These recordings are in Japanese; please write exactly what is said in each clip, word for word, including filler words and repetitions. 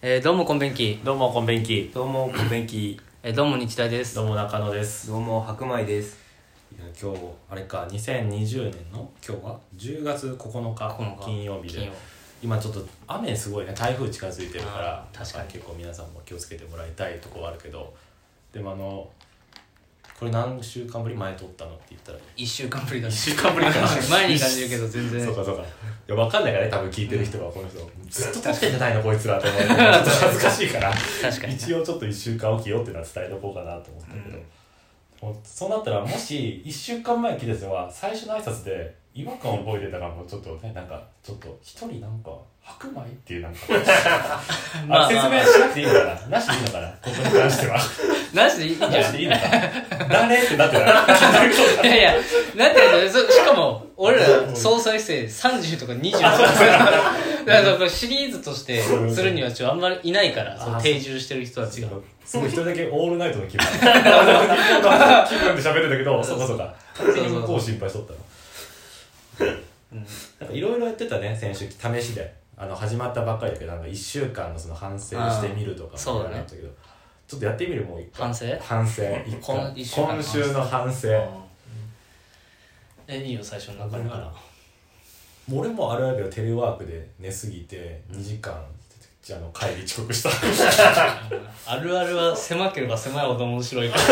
えー、どうもこんべんきどうもこんべんき。 どうもこんべんき。 えー、どうも日大です。 どうも中野です。 どうも白米です。 いや今日あれかにせんにじゅうねんの今日はじゅうがつここのかここのか金曜日で金曜今ちょっと雨すごいね、台風近づいてるからあー確かに結構皆さんも気をつけてもらいたいところはあるけど、でもあのこれ何週間ぶり前撮ったのって言ったらいっしゅうかんぶりだいっしゅうかんぶりか前に感じるけど全然そうかそうか、いや分かんないからね、多分聞いてる人はこの人ずっと撮ってんじゃないのこいつらと思ってちょっと恥ずかしいから確かに一応ちょっといっしゅうかんおきよっていうのは伝えとこうかなと思ったけど、もうそうなったらもしいっしゅうかんまえ聞いた人は最初の挨拶で違和感を覚えてたからもうちょっとね、なんかちょっと一人なんか白米っていうなんかまああ説明しなくていいのかな、なしでいいのかな、ここに関してはなしでいいんじゃないなしでいいのかな誰ってなってないいやいやなんていうの、しかも俺ら総再生さんじゅうとかにじゅうとかだからこれシリーズとしてするにはちょっとあんまりいないから、その定住してる人たちがすごい一人だけオールナイトの気分気分で喋ってたけど、そうかそうか勝手に向こう心配しとったの。なんかいろいろやってたね、先週試しであの始まったばっかりだけど、なんかいっしゅうかんのその反省してみるとかそうだね、 あったけど、ちょっとやってみる、もう一回反省反省一この回一週間の今週の反省、 えいいよ最初の中身からもう俺もあるあるけどテレワークで寝すぎてにじかんじゃあの会議遅刻したあるあるは狭ければ狭いほど面白いから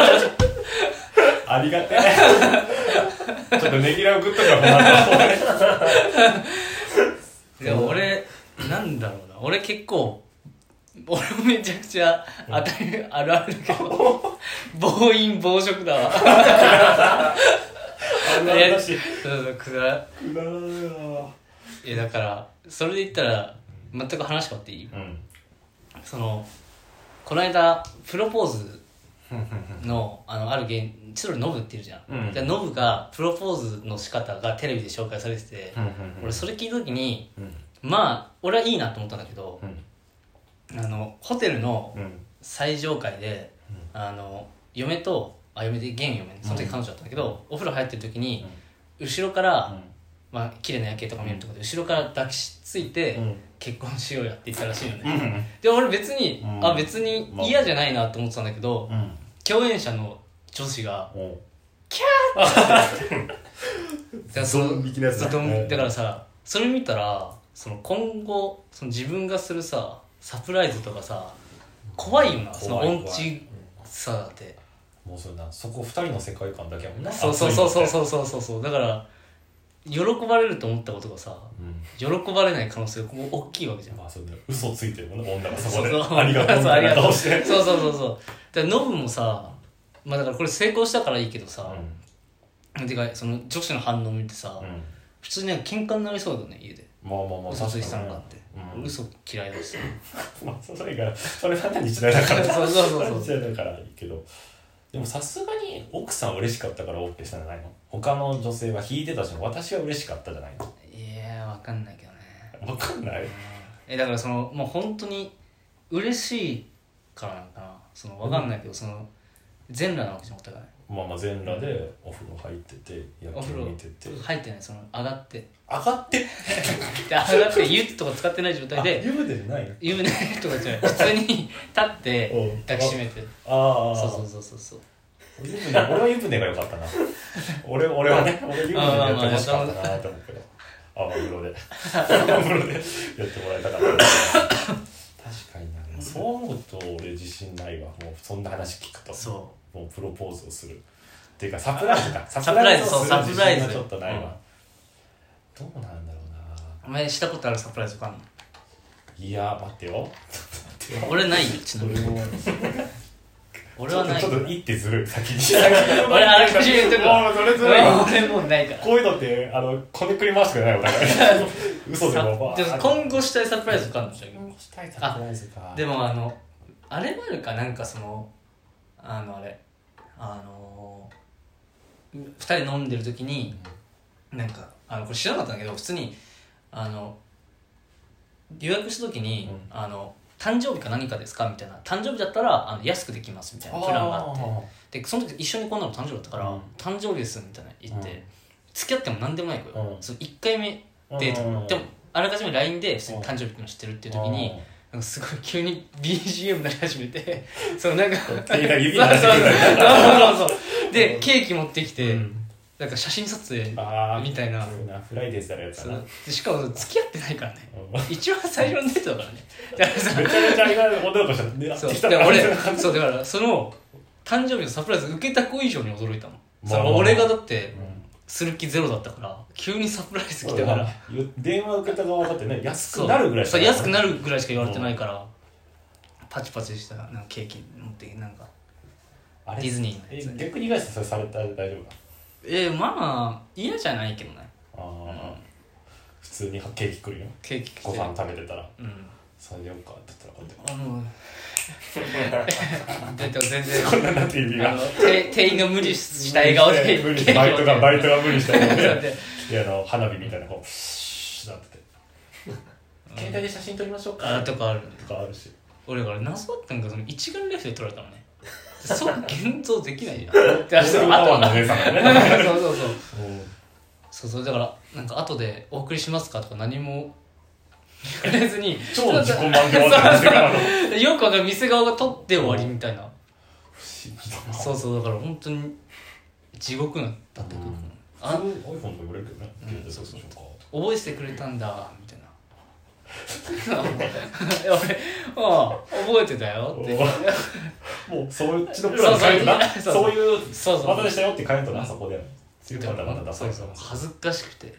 ありがてえちょっとねぎらうグッとかもなとでも俺なんだろうな、俺結構俺もめちゃくちゃ当たりあるあるだけど暴飲暴食だわあんないや話そうそうくだくだらねえないやだからそれで言ったら全く話変わっていい、 うんそのこの間プロポーズのあのある芸千鳥ノブっているじゃん、 うん、 でノブがプロポーズの仕方がテレビで紹介されてて、 うんうんうん、 俺それ聞いた時にうんまあ俺はいいなと思ったんだけど、 うんあのホテルのうん最上階で、うん、あの嫁とあ嫁で現嫁ね、その時彼女だったんだけど、うん、お風呂入ってる時に、うん、後ろから、うん、まあ綺麗な夜景とか見るとこで、うん、後ろから抱きついて、うん、結婚しようやって言ったらしいよね、うん、で俺別に、うん、あ別に嫌じゃないなと思ってたんだけど、うん、共演者の女子が、うん、キャーってだからそのだからさそれ見たらその今後その自分がするさサプライズとかさ怖いよな、その音痴さだって、 もうそれな、そこふたりの世界観だけやもんな。 そうそうそうそうそうそうそうだから喜ばれると思ったことがさ、うん、喜ばれない可能性がもう大きいわけじゃん。 まあそれで嘘ついてるもんね、女がそこでそうそうありがとうみたいな顔してそうそうそうそうだからノブもさ、まあだからこれ成功したからいいけどさ、うん、てかその女子の反応見てさ、うん、普通になんか喧嘩になりそうだよね、家で。 まあまあまあ嘘ついてたのかって、うん、嘘嫌いだしまあそれがそれなんで日大だからそうそうそうそう日大だからいいけど、でもさすがに奥さん嬉しかったから OK したんじゃないの？他の女性は引いてたし、私は嬉しかったじゃないの？ いやわかんないけどね。 わかんない、うん、 えだからそのもう本当に嬉しいからなんかな、そのわかんないけど、うん、その全裸なわけじゃんお互い。 まあまあ全裸でお風呂入ってて野球見てて、 入ってない、その上がって上がってで上がって湯とか使ってない状態で湯船じゃないの？湯船とかじゃない、普通に立って抱きしめてああそうそうそうそうそう湯船俺は湯船が良かったな俺俺はね俺湯船でやってほしかったなと思うけど、ああ風呂で風呂でやってもらいたかった確かにな、そう思うと俺自信ないわ、もうそんな話聞くと。 そうもうプロポーズをするっていうかサプライズかサプライズをする自信がちょっとないわ、うん、どうなんだろうな。 お前したことあるサプライズかあんの？ いや待ってよ俺ないよ、ちなみに俺はない。 ちょっと言ってずるい先に俺あらかじめ言っとくわ、 もうそれずるい俺もうないから。 こういうのってあのこねくり回してくれないお互い嘘でもまあでも今後したいサプライズかあるんでしょ？ 今後したいサプライズか。 でもあのあれもあるか、なんかそのあのあれあのふたり飲んでる時に、うん、なんかあのこれ知らなかったんだけど、普通にあの予約した時に、うん、あの誕生日か何かですかみたいな、誕生日だったらあの安くできますみたいなプランがあって、でその時一緒にこんなの誕生日だったから、うん、誕生日ですみたいな言って、うん、付き合っても何でもない子よ、うん、そのいっかいめデート、うん、でもあらかじめ ライン で普通に誕生日っていうの知ってるっていう時に、 なんかすごい急に ビージーエム 鳴り始めてそうなんか手が指になってくるんだよそうそうそうでケーキ持ってきて、うん、なんか写真撮影みたいなフライデーズやるやつだなでしかも付き合ってないからね一番最初のデートだからねだからさめちゃめちゃ意外な女の子したそうで俺そうだからその誕生日のサプライズ受けた子以上に驚いたの、まあ、その俺がだって、うんする気ゼロだったから急にサプライズ来たから電話受けた側だってね安くなるぐらいしかそう安くなるぐらいしか言われてないから、うん、パチパチしたなんかケーキ持ってなんかあれディズニーのやつ、 え逆に意外とそれされたら大丈夫かえー、まあ嫌じゃないけどねあ、うん、普通にケーキ来るよケーキ来てご飯食べてたらうんそれでよっかって言ったらこうやってあの全然こんななんて意味が店員が無理した笑顔で無理してバイトがバイトが無理した笑顔でであの花火みたいなこうシュッなってて携帯で写真撮りましょうかあとかあるとかあるし俺から謎だったんかその一眼レフで撮られたのねそう現像できないじゃんってあとの姉さんがねそうそうそうそうそうだからなんか後でお送りしますかとか何も言われずに超自己満で終わったんですからよくわかる店側が撮って終わりみたいな不思議だなそうそうだから本当に地獄だったっていうか、うん、 あ iPhone とか言われるけどね、 うん、そうそう覚えててくれたんだみたいな俺ああ覚えてたよってもうそっちのプラン変えとなそういうそうそうまたでしたよって変えとなそこでそうそう恥ずかしくて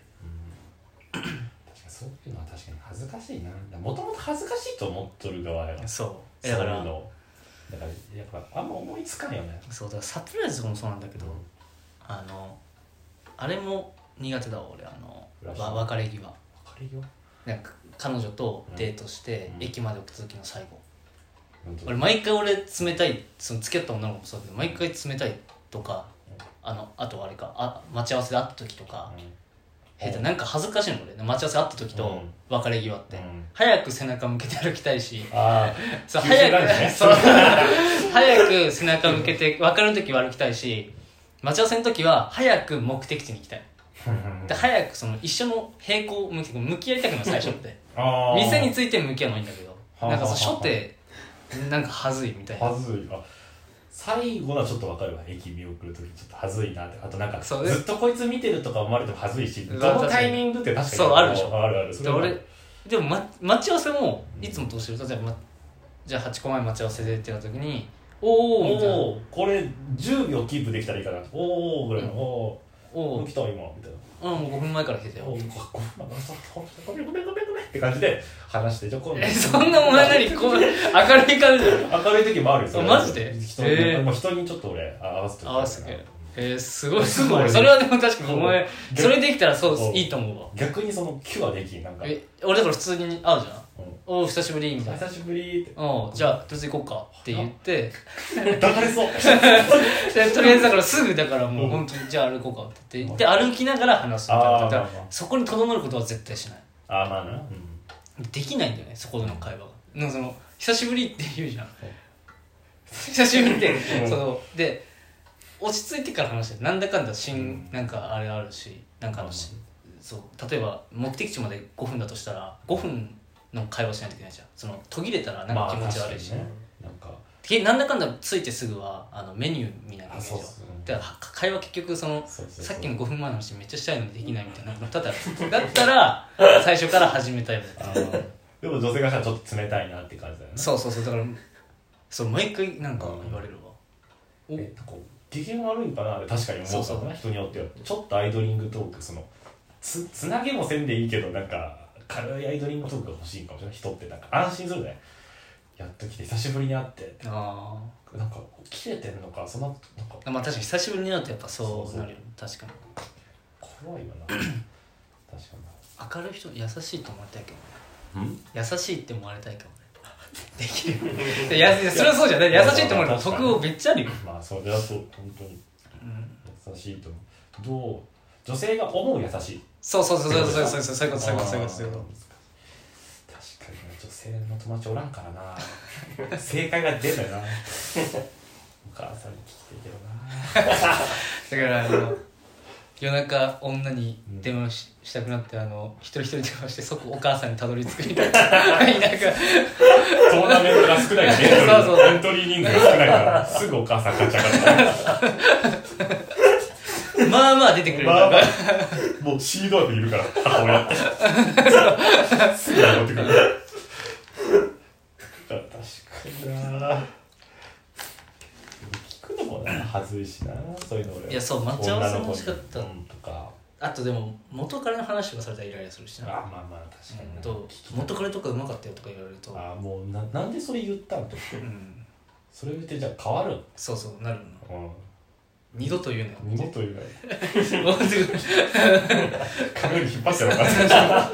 そういうのは確かに恥ずかしいなもともと恥ずかしいと思っとる側やそうだからだからやっぱあんま思いつかんよねそうだからサプライズもそうなんだけど、うん、あのあれも苦手だわ俺あの別れ際別れ際なんか彼女とデートして、うん、駅まで送った時の最後、うん、俺毎回俺冷たいその付き合った女の子もそうだけど毎回冷たいとか、うん、あのあとあれかあ待ち合わせで会った時とか、うんなんか恥ずかしいの俺待ち合わせ会った時と別れ際って、うん、早く背中向けて歩きたいしあそう早く、ね、そう早く背中向けて別れる時は歩きたいし待ち合わせの時は早く目的地に行きたいで早くその一緒の平行向き向き合いたくない最初って店について向き合うのはいいんだけどなんかその初手なんか恥ずいみたいな恥ずいあ最後はちょっと分かるわ駅見送るときちょっと恥ずいなってあとなんかずっとこいつ見てるとか思われても恥ずいしどのタイミングって確かにそうあるでしょあるあるそれで俺でも、ま、待ち合わせもいつもとしてる例えば、ま、じゃあはちこまえ待ち合わせでってなった時におーみたいなおこれじゅうびょうキープできたらいいかなおーぐらいの、うん、おーおー来た今みたいなうんもうごふんまえから来てたよごめんごめんごめんごめんごめんって感じで話してじゃあ今度えそんなお前何こう明るい感じだよ明るい時もあるよマジで人に、えー、人にちょっと俺合わせて合わせてえー、すごいすごいそれはでも確かにお前それできたらそういいと思うわ逆にそのキュアできんなんかえ俺だから普通に会うじゃん、うん、おう久しぶりみたいな久しぶりっておうじゃあどうせ行こうかって言って抱かれそうとりあえずだからすぐだからもう本当にじゃあ歩こうかって言ってで歩きながら話すみたいなだからそこにとどまることは絶対しないああまあな、 うん、できないんだよねそこでの会話がなんかその久しぶりって言うじゃん久しぶりって、うん、そので落ち着いてから話してなんだかんだしん、うん、なんかあれあるしなんかあるし、うん、そう例えば目的地までごふんだとしたらごふんの会話しないといけないじゃんその途切れたらなんか気持ち悪いし、まあね、なんかなんだかんだついてすぐはあのメニュー見なきゃいけないじゃんだから会話結局そのさっきのごふんまえの話めっちゃしたいのにできないみたいなただだったら最初から始めたいよねでも女性がしたらちょっと冷たいなって感じだよねそうそうそうだからそう毎回なんか言われるわ、 うん、えなんか機嫌悪いんかなって確かに思うからな人によってはちょっとアイドリングトークその つ, つなげもせんでいいけどなんか軽いアイドリングトークが欲しいかもしれない人ってなんか安心するねやっと来て久しぶりに会ってあなんか切れてんのかそのなんかまあ確かに久しぶりに会うとやっぱそうなるよ確かに怖いわな確かに明るい人優しいと思われたいけどね優しいって思われたいかもできるいやそれはそうじゃない優しいって思われたら得をめっちゃあるよまあそれはそう本当に、うん、優しいと思うどう女性が思う優しいそうそうそうそうそうそうそうそういうことそういうことそういうことそういうこと確かに女性の友達おらんからな正解が出んだよなお母さんに聞きたいけどなだからあの夜中女に電話 し,、したくなってあの一人一人電話して即お母さんにたどり着くみたいななんかトーナメントが少ないねそうそうエントリー人数が少ないからすぐお母さん勝っちゃうからまあまあ出てくる、 まあまあ、もうシード枠いるから母親ってすぐ戻ってくる確かにな聞くのもな恥ずいしなそういうの俺いやそう待ち合わせも欲しかった女の子にとかあとでも元彼の話とかされたらイライラするしなあまあまあ確かに、 うん、と元彼とかうまかったよとか言われるとあもう な, なんでそれ言ったんとうんそれ言ってじゃあ変わるんそうそうなるの、 うん二度と言うなよ二度と言うなよもうすぐ髪の毛引っ張ってやろうか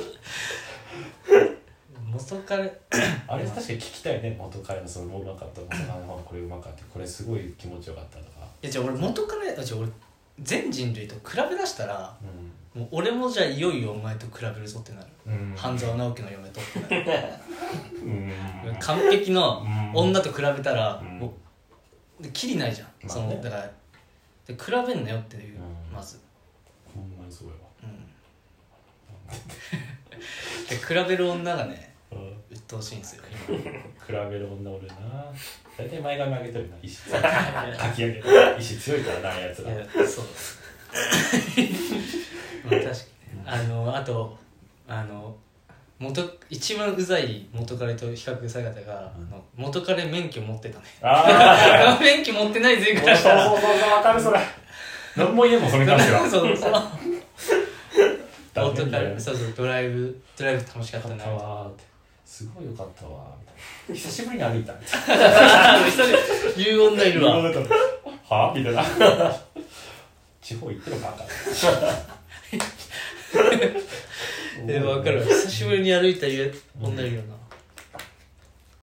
元彼あれ確かに聞きたいね元彼のそのうまかった元彼のこれうまかったこれすごい気持ちよかったとかいやじゃあ俺元彼あじゃあ俺全人類と比べだしたらうもう俺もじゃあいよいよお前と比べるぞってなる、 ん、うん、 半沢直樹の嫁とってなるうん完璧の女と比べたら、 うんもうでキリないじゃん、 まあねそのだからで比べんなよっていう、 うんまず、 ほんまにそうやわうん、で比べる女がねうん鬱陶しいんですよ今比べる女俺な大体前髪上げてるな意志かき上げて意志強いからなあやつらいやそうまあ確かにねあのあとあの元一番うざい元彼と比較され方が、うん、あの元彼免許持ってたねああ免許持ってない前そうからしたらそうそうそう分かるそれ何も言えんもんそれに関してはそうそうダメ元みたいな彼そうそうドライブドライブ楽しかったなよかったわーってすごいよかったわーみたいな久しぶりに歩いたみたい言う女いるわなはぁみたいな地方行ってるのかでも分かる久しぶりに歩いた女いるよな